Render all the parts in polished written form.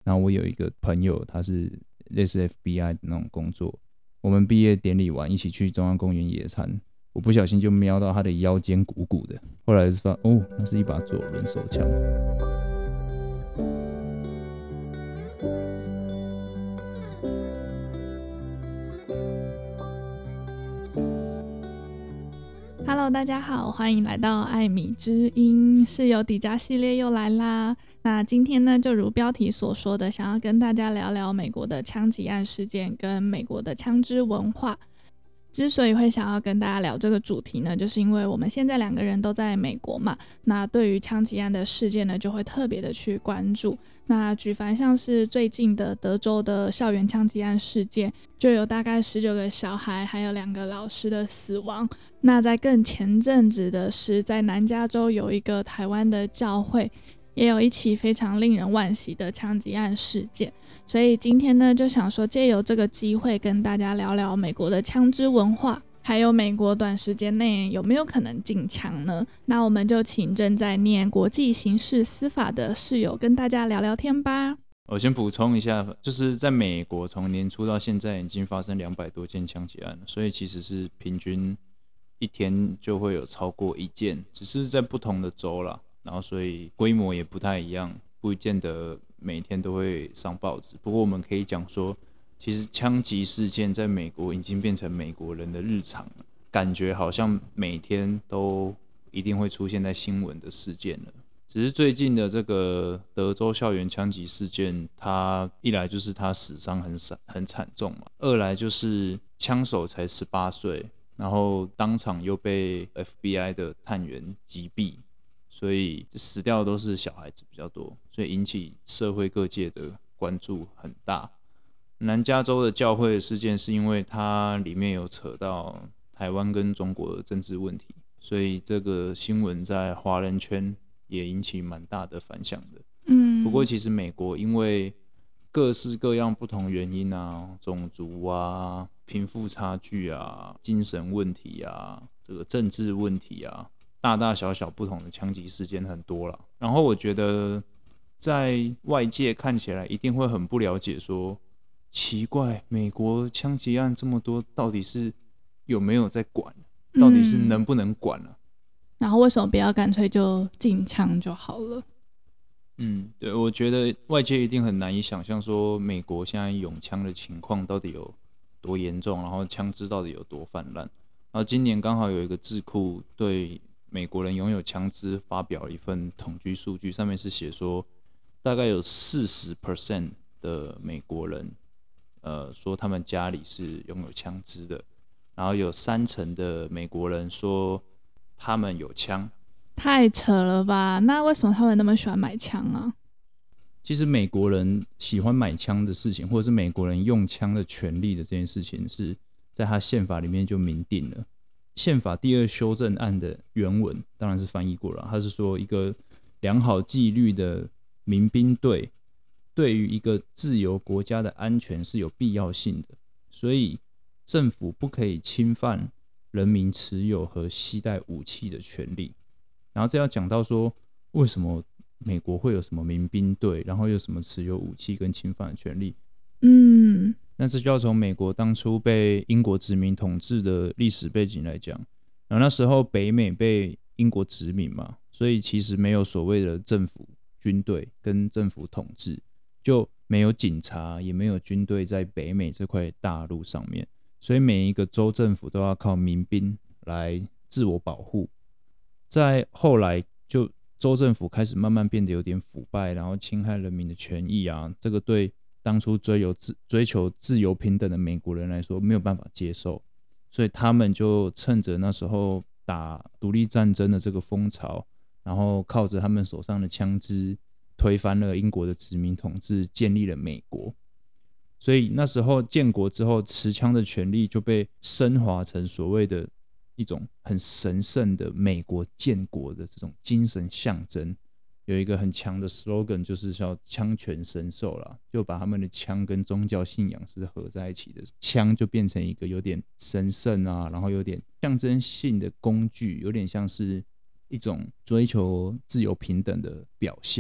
然后我有一个朋友，他是类似 FBI 的那种工作，我们毕业典礼完一起去中央公园野餐，我不小心就瞄到他的腰间鼓鼓的，后来是发现哦，那是一把左轮手枪。 Hello，大家好，欢迎来到艾米之音，室友底加系列又来啦。那今天呢，就如标题所说的，想要跟大家聊聊美国的枪击案事件跟美国的枪支文化。之所以会想要跟大家聊这个主题呢，就是因为我们现在两个人都在美国嘛，那对于枪击案的事件呢，就会特别的去关注。那举凡像是最近的德州的校园枪击案事件，就有大概19个小孩还有2个老师的死亡。那在更前阵子的是，在南加州有一个台湾的教会，也有一起非常令人惋惜的枪击案事件。所以今天呢，就想说借由这个机会跟大家聊聊美国的枪支文化，还有美国短时间内有没有可能禁枪呢？那我们就请正在念国际刑事司法的室友跟大家聊聊天吧。 我先补充一下，就是在美国从年初到现在已经发生200多件枪击案了，所以其实是平均一天就会有超过1件，只是在不同的州啦，然后所以规模也不太一样，不见得每天都会上报纸。不过我们可以讲说，其实枪击事件在美国已经变成美国人的日常了，感觉好像每天都一定会出现在新闻的事件了。只是最近的这个德州校园枪击事件，它一来就是他死伤很惨重嘛，二来就是枪手才18岁，然后当场又被 FBI 的探员击毙，所以死掉的都是小孩子比较多，所以引起社会各界的关注很大。南加州的教会的事件是因为它里面有扯到台湾跟中国的政治问题，所以这个新闻在华人圈也引起蛮大的反响的。不过其实美国因为各式各样不同原因啊，种族啊、贫富差距啊、精神问题啊、这个政治问题啊，大大小小不同的枪击事件很多啦。然后我觉得在外界看起来一定会很不了解说，奇怪，美国枪击案这么多，到底是有没有在管？到底是能不能管啊？ 然后为什么不要干脆就禁枪就好了？ 对，我觉得外界一定很难以想象说美国现在拥枪的情况到底有多严重，然后枪支到底有多泛滥。然后今年刚好有一个智库对美国人拥有枪支发表了一份统计数据，上面是写说大概有40% 的美国人说他们家里是拥有枪支的，然后有30%的美国人说他们有枪。 太扯了吧？那为什么他们那么喜欢买枪啊？ 其实美国人喜欢买枪的事情，或者是美国人用枪的权利的这件事情，是在他宪法里面就明定了。宪法第2修正案的原文当然是翻译过了，他是说一个良好纪律的民兵队对于一个自由国家的安全是有必要性的，所以政府不可以侵犯人民持有和携带武器的权利。然后这要讲到说，为什么美国会有什么民兵队，然后有什么持有武器跟侵犯的权利？那这就要从美国当初被英国殖民统治的历史背景来讲。然后那时候北美被英国殖民嘛，所以其实没有所谓的政府军队跟政府统治，就没有警察，也没有军队在北美这块大陆上面，所以每一个州政府都要靠民兵来自我保护。在后来就州政府开始慢慢变得有点腐败，然后侵害人民的权益啊，这个对当初追求自由平等的美国人来说没有办法接受，所以他们就趁着那时候打独立战争的这个风潮，然后靠着他们手上的枪支推翻了英国的殖民统治，建立了美国。所以那时候建国之后，持枪的权利就被升华成所谓的一种很神圣的美国建国的这种精神象征。有一个很强的 slogan， 就是叫枪权神授啦，就把他们的枪跟宗教信仰是合在一起的，枪就变成一个有点神圣啊，然后有点象征性的工具，有点像是一种追求自由平等的表现。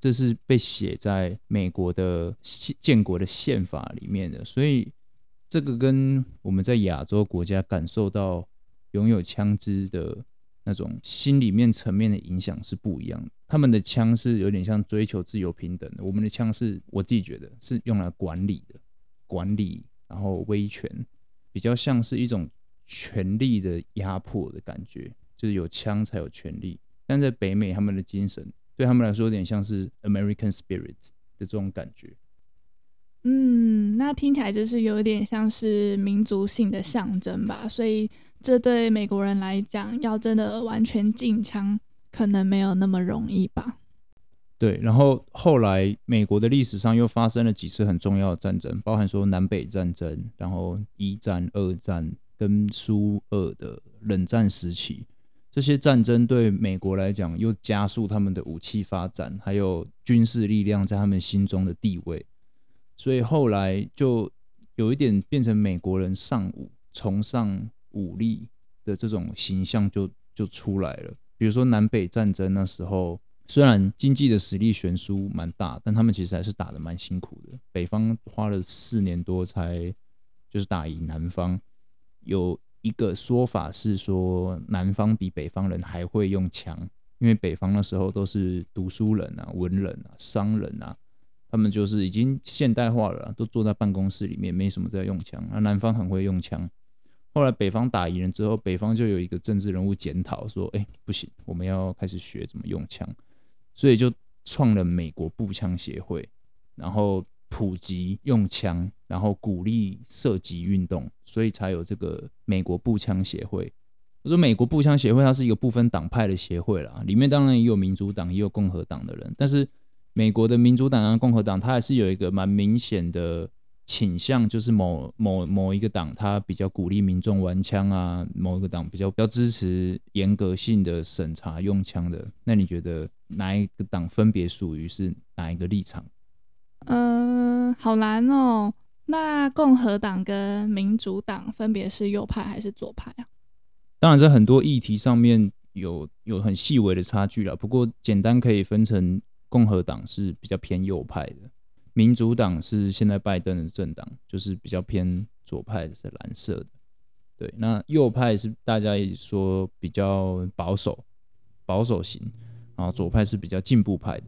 这是被写在美国的建国的宪法里面的，所以这个跟我们在亚洲国家感受到拥有枪支的那种心里面层面的影响是不一样的。他们的枪是有点像追求自由平等的，我们的枪是我自己觉得是用来管理的，管理然后威权，比较像是一种权力的压迫的感觉，就是有枪才有权力。但在北美他们的精神对他们来说有点像是 American Spirit 的这种感觉。 那听起来就是有点像是民族性的象征吧，所以这对美国人来讲，要真的完全禁枪，可能没有那么容易吧。 对，然后后来美国的历史上又发生了几次很重要的战争，包含说南北战争，然后一战、二战跟苏俄的冷战时期，这些战争对美国来讲又加速他们的武器发展，还有军事力量在他们心中的地位，所以后来就有一点变成美国人尚武、崇尚武力的这种形象就出来了。比如说南北战争那时候，虽然经济的实力悬殊蛮大，但他们其实还是打得蛮辛苦的。北方花了4年多才就是打赢南方。有一个说法是说，南方比北方人还会用枪，因为北方那时候都是读书人啊、文人啊、商人啊，他们就是已经现代化了，都坐在办公室里面，没什么在用枪。南方很会用枪。后来北方打赢了之后，北方就有一个政治人物检讨说：“不行，我们要开始学怎么用枪。”所以就创了美国步枪协会，然后普及用枪，然后鼓励射击运动，所以才有这个美国步枪协会。我说美国步枪协会它是一个不分党派的协会啦，里面当然也有民主党也有共和党的人，但是美国的民主党和共和党它还是有一个蛮明显的倾向，就是某一个党他比较鼓励民众玩枪啊，某一个党比较支持严格性的审查用枪的。那你觉得哪一个党分别属于是哪一个立场？ 好难哦。那共和党跟民主党分别是右派还是左派啊？ 当然在很多议题上面有很细微的差距啦，不过简单可以分成共和党是比较偏右派的，民主党是现在拜登的政党，就是比较偏左派的，是蓝色的。对，那右派是大家也说比较保守型，然后左派是比较进步派的。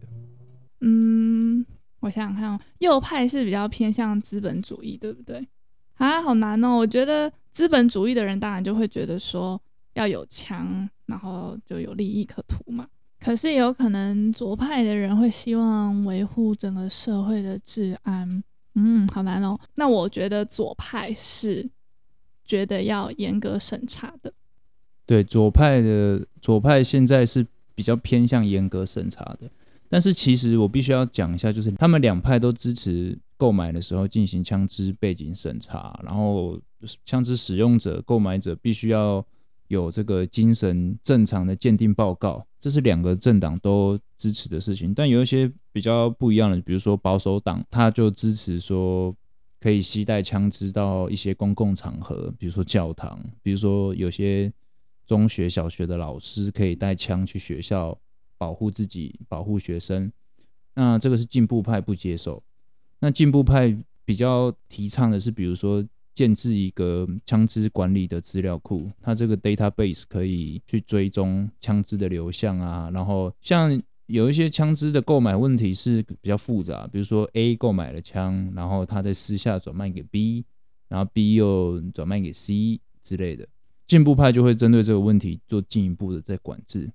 我想想看哦，右派是比较偏向资本主义，对不对？啊，好难哦。我觉得资本主义的人当然就会觉得说要有枪，然后就有利益可图嘛。可是也有可能左派的人会希望维护整个社会的治安。好难哦。那我觉得左派是觉得要严格审查的。 对，左派现在是比较偏向严格审查的。但是其实我必须要讲一下，就是他们两派都支持购买的时候进行枪支背景审查，然后枪支使用者、购买者必须要有这个精神正常的鉴定报告，这是两个政党都支持的事情。但有一些比较不一样的，比如说保守党，他就支持说可以携带枪支到一些公共场合，比如说教堂，比如说有些中学、小学的老师可以带枪去学校保护自己、保护学生。那这个是进步派不接受。那进步派比较提倡的是，比如说建置一个枪支管理的资料库，它这个 database 可以去追踪枪支的流向啊。然后像有一些枪支的购买问题是比较复杂，比如说 A 购买了枪，然后他在私下转卖给 B， 然后 B 又转卖给 C 之类的。进步派就会针对这个问题做进一步的再管制。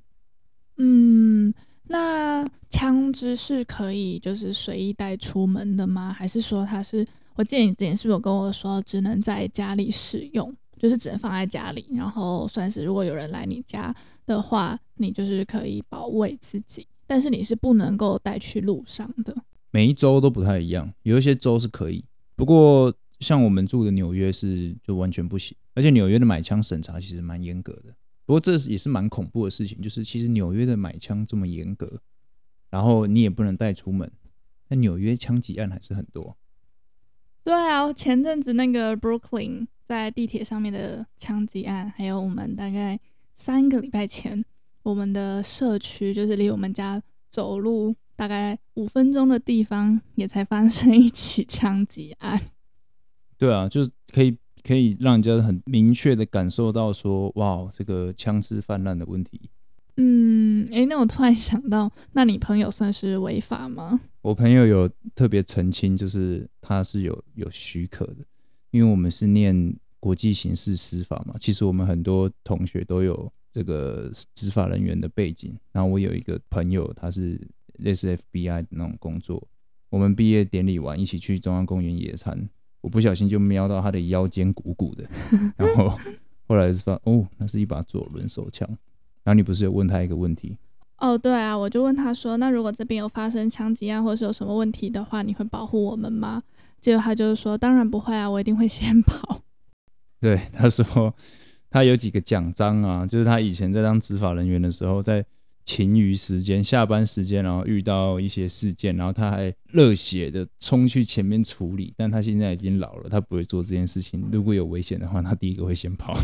那枪支是可以就是随意带出门的吗？还是说它是，我记得你之前是不是有跟我说只能在家里使用，就是只能放在家里，然后算是如果有人来你家的话，你就是可以保卫自己，但是你是不能够带去路上的。 每一州都不太一样，有一些州是可以，不过像我们住的纽约是就完全不行，而且纽约的买枪审查其实蛮严格的。不过这也是蛮恐怖的事情，就是其实纽约的买枪这么严格，然后你也不能带出门，那纽约枪击案还是很多。 对啊，前阵子那个 Brooklyn 在地铁上面的枪击案，还有我们大概3个礼拜前，我们的社区就是离我们家走路大概5分钟的地方也才发生一起枪击案。 对啊，就是可以让人家很明确的感受到说，哇，这个枪支泛滥的问题。 那我突然想到，那你朋友算是违法吗？ 我朋友有特别澄清，就是他是有许可的，因为我们是念国际刑事司法嘛，其实我们很多同学都有这个执法人员的背景。然后我有一个朋友，他是类似 FBI 的那种工作，我们毕业典礼完一起去中央公园野餐，我不小心就瞄到他的腰间鼓鼓的，然后后来是发现哦，那是一把左轮手枪。然后你不是有问他一个问题？ 哦，对啊，我就问他说，那如果这边有发生枪击案或是有什么问题的话，你会保护我们吗？结果他就是说，当然不会啊，我一定会先跑。 对，他说他有几个奖章啊，就是他以前在当执法人员的时候，在勤余时间、下班时间，然后遇到一些事件，然后他还热血的冲去前面处理。但他现在已经老了，他不会做这件事情。如果有危险的话，他第一个会先跑。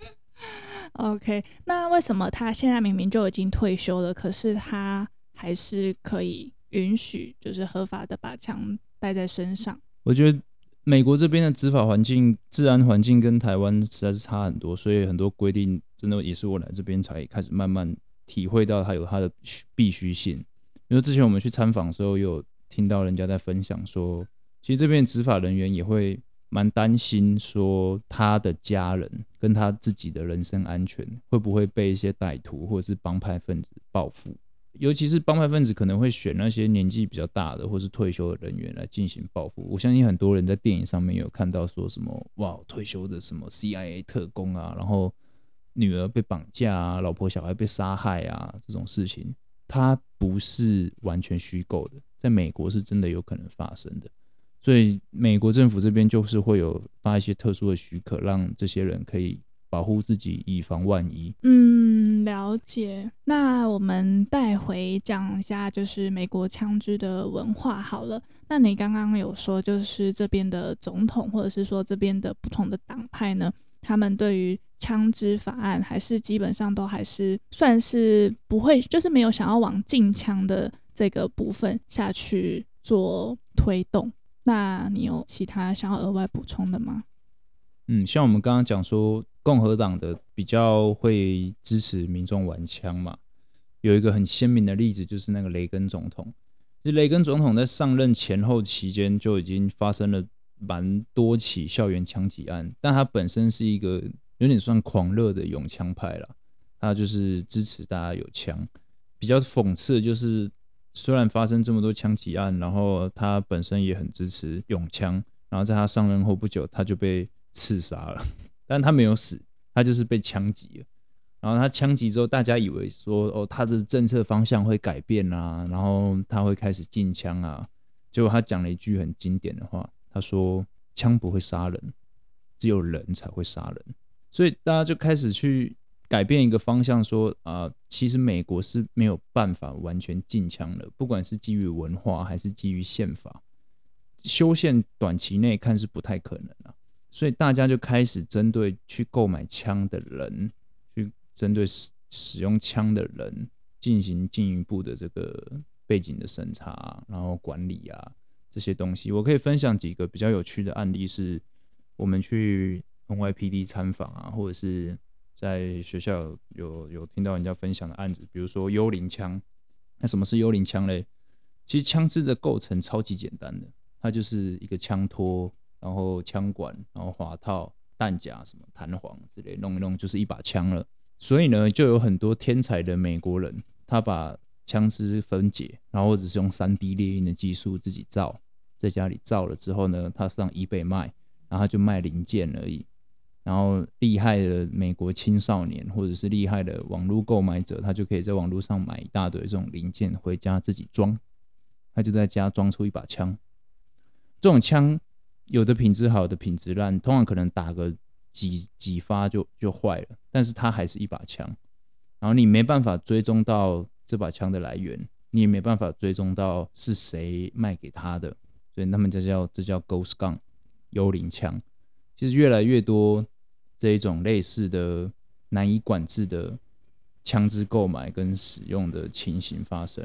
OK， 那为什么他现在明明就已经退休了，可是他还是可以允许就是合法的把枪带在身上？ 我觉得美国这边的执法环境、治安环境跟台湾实在是差很多，所以很多规定真的也是我来这边才开始慢慢体会到它有它的必须性。因为之前我们去参访的时候，有听到人家在分享说，其实这边执法人员也会蛮担心说他的家人跟他自己的人身安全会不会被一些歹徒或者是帮派分子报复，尤其是帮派分子可能会选那些年纪比较大的或是退休的人员来进行报复。我相信很多人在电影上面有看到说什么哇，退休的什么 CIA 特工啊，然后女儿被绑架啊，老婆小孩被杀害啊，这种事情它不是完全虚构的，在美国是真的有可能发生的。所以美国政府这边就是会有发一些特殊的许可，让这些人可以保护自己，以防万一。 了解。那我们带回讲一下，就是美国枪支的文化好了。那你刚刚有说，就是这边的总统，或者是说这边的不同的党派呢，他们对于枪支法案还是基本上都还是算是不会，就是没有想要往禁枪的这个部分下去做推动。那你有其他想要额外补充的吗？ 像我们刚刚讲说，共和党的比较会支持民众玩枪嘛，有一个很鲜明的例子就是那个雷根总统。其实雷根总统在上任前后期间就已经发生了蛮多起校园枪击案，但他本身是一个有点算狂热的拥枪派啦，他就是支持大家有枪。比较讽刺的就是，虽然发生这么多枪击案，然后他本身也很支持拥枪，然后在他上任后不久，他就被刺杀了，但他没有死，他就是被枪击了。然后他枪击之后，大家以为说，哦，他的政策方向会改变啊，然后他会开始禁枪啊。结果他讲了一句很经典的话，他说：“枪不会杀人，只有人才会杀人。”所以大家就开始去改变一个方向，说其实美国是没有办法完全禁枪的，不管是基于文化还是基于宪法，修宪短期内看是不太可能啊。所以大家就开始针对去购买枪的人，去针对使用枪的人进行进一步的这个背景的审查，然后管理啊这些东西。我可以分享几个比较有趣的案例，是我们去 NYPD 参访啊，或者是在学校有听到人家分享的案子，比如说幽灵枪。那什么是幽灵枪嘞？其实枪支的构成超级简单的，它就是一个枪托，然后枪管，然后滑套、弹夹、什么弹簧之类，弄一弄就是一把枪了。所以呢，就有很多天才的美国人，他把枪支分解，然后或者是用3D 列印的技术自己造，在家里造了之后呢，他上eBay卖，然后他就卖零件而已。然后厉害的美国青少年或者是厉害的网络购买者，他就可以在网络上买一大堆这种零件回家自己装，他就在家装出一把枪。这种枪有的品质好，有的品质烂，通常可能打个几发就坏了，但是它还是一把枪。然后你没办法追踪到这把枪的来源，你也没办法追踪到是谁卖给他的，所以他们这叫 Ghost Gun 幽灵枪。其实越来越多这一种类似的难以管制的枪支购买跟使用的情形发生了。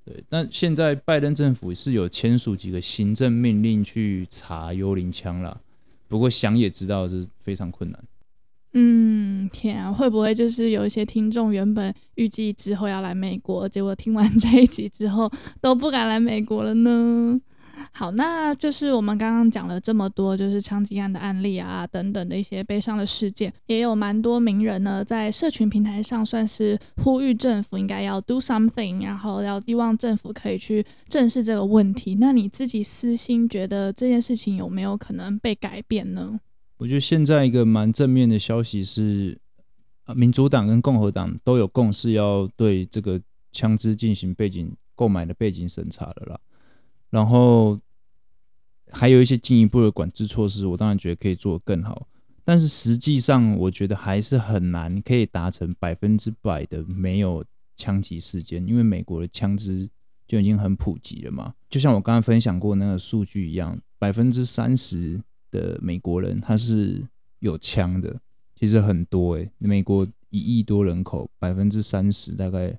对，但现在拜登政府是有签署几个行政命令去查幽灵枪啦，不过想也知道是非常困难。 天啊，会不会就是有一些听众原本预计之后要来美国，结果听完这一集之后都不敢来美国了呢？好，那就是我们刚刚讲了这么多，就是枪击案的案例啊，等等的一些悲伤的事件，也有蛮多名人呢在社群平台上算是呼吁政府应该要 do something， 然后要希望政府可以去正视这个问题。那你自己私心觉得这件事情有没有可能被改变呢？ 我觉得现在一个蛮正面的消息是，民主党跟共和党都有共识要对这个枪支进行购买的背景审查了啦。然后还有一些进一步的管制措施，我当然觉得可以做得更好，但是实际上我觉得还是很难可以达成100%的没有枪击事件，因为美国的枪支就已经很普及了嘛。就像我刚刚分享过那个数据一样，30%的美国人他是有枪的，其实很多美国1亿多人口，30%大概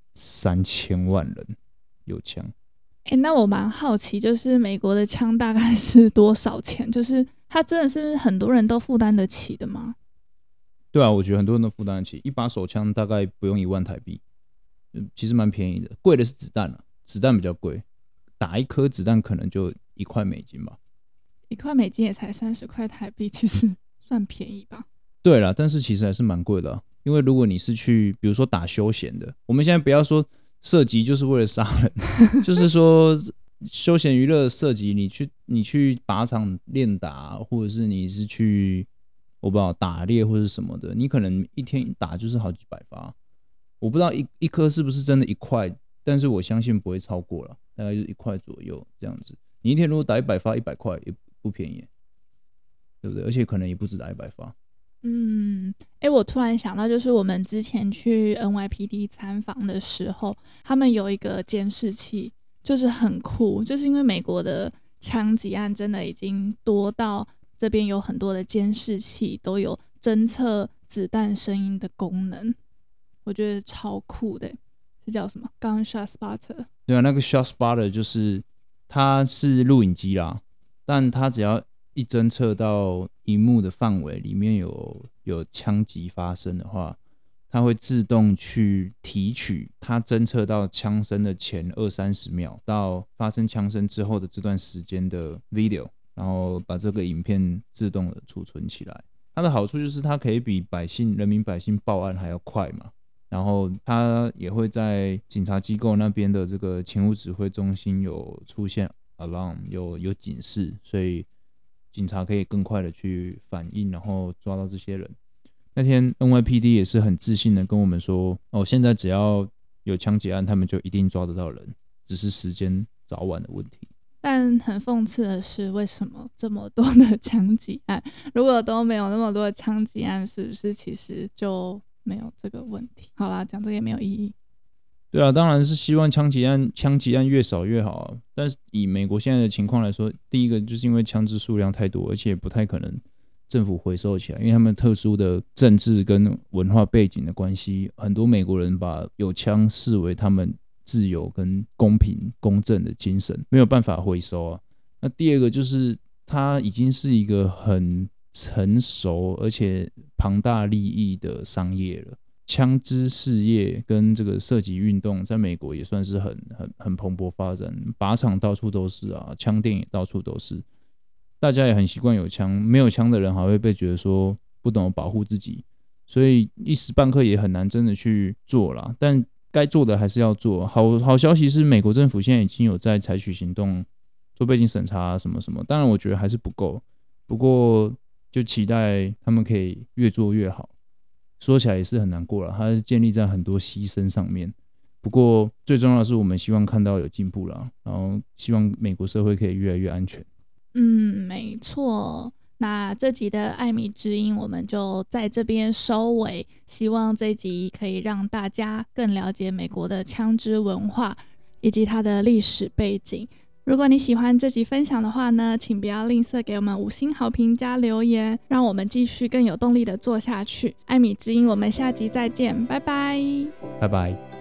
3000万人有枪。 那我蛮好奇，就是美国的枪大概是多少钱？就是它真的是很多人都负担得起的吗？ 对啊，我觉得很多人都负担得起，一把手枪大概不用1万台币，其实蛮便宜的。贵的是子弹子弹比较贵，打一颗子弹可能就1块美金吧。 1块美金也才30块台币，其实算便宜吧。 对啦，但是其实还是蛮贵的因为如果你是去比如说打休闲的，我们现在不要说射击就是为了杀人，就是说休闲娱乐射击，你去靶场练打，或者是你是去我不知道打猎或者什么的，你可能一天一打就是好几百发。我不知道一颗是不是真的1块，但是我相信不会超过了，大概就是1块左右这样子。你一天如果打100发100块也不便宜，对不对？而且可能也不止打100发。 我突然想到，就是我们之前去 NYPD 参访的时候，他们有一个监视器，就是很酷，就是因为美国的枪击案真的已经多到这边有很多的监视器都有侦测子弹声音的功能，我觉得超酷的。是叫什么 Gunshot Spotter？ 对啊，那个 Shot Spotter 就是它是录影机啦，但它只要一侦测到萤幕的范围里面有枪击发生的话，它会自动去提取它侦测到枪声的前20-30秒到发生枪声之后的这段时间的 video， 然后把这个影片自动的储存起来。它的好处就是它可以比人民百姓报案还要快嘛，然后它也会在警察机构那边的这个勤务指挥中心有出现 alarm， 有警示，所以警察可以更快的去反应，然后抓到这些人。那天 NYPD 也是很自信的跟我们说，现在只要有枪击案，他们就一定抓得到人，只是时间早晚的问题。 但很讽刺的是，为什么这么多的枪击案，如果都没有那么多的枪击案，是不是其实就没有这个问题？好啦，讲这个也没有意义。 对啊，当然是希望枪击案越少越好啊。但是以美国现在的情况来说，第一个就是因为枪支数量太多，而且不太可能政府回收起来，因为他们特殊的政治跟文化背景的关系，很多美国人把有枪视为他们自由跟公平公正的精神，没有办法回收啊。那第二个就是它已经是一个很成熟而且庞大利益的商业了。枪支事业跟这个射击运动在美国也算是很蓬勃发展，靶场到处都是啊，枪店也到处都是，大家也很习惯有枪，没有枪的人还会被觉得说不懂得保护自己，所以一时半刻也很难真的去做啦。但该做的还是要做。好消息是，美国政府现在已经有在采取行动，做背景审查什么什么。当然，我觉得还是不够，不过就期待他们可以越做越好。说起来也是很难过了，它是建立在很多牺牲上面。不过最重要的是，我们希望看到有进步啦，然后希望美国社会可以越来越安全。 没错。那这集的艾米之音我们就在这边收尾，希望这集可以让大家更了解美国的枪支文化以及它的历史背景。如果你喜欢这集分享的话呢，请不要吝啬给我们5星好评加留言，让我们继续更有动力的做下去。艾米之音，我们下集再见，拜拜， 拜拜。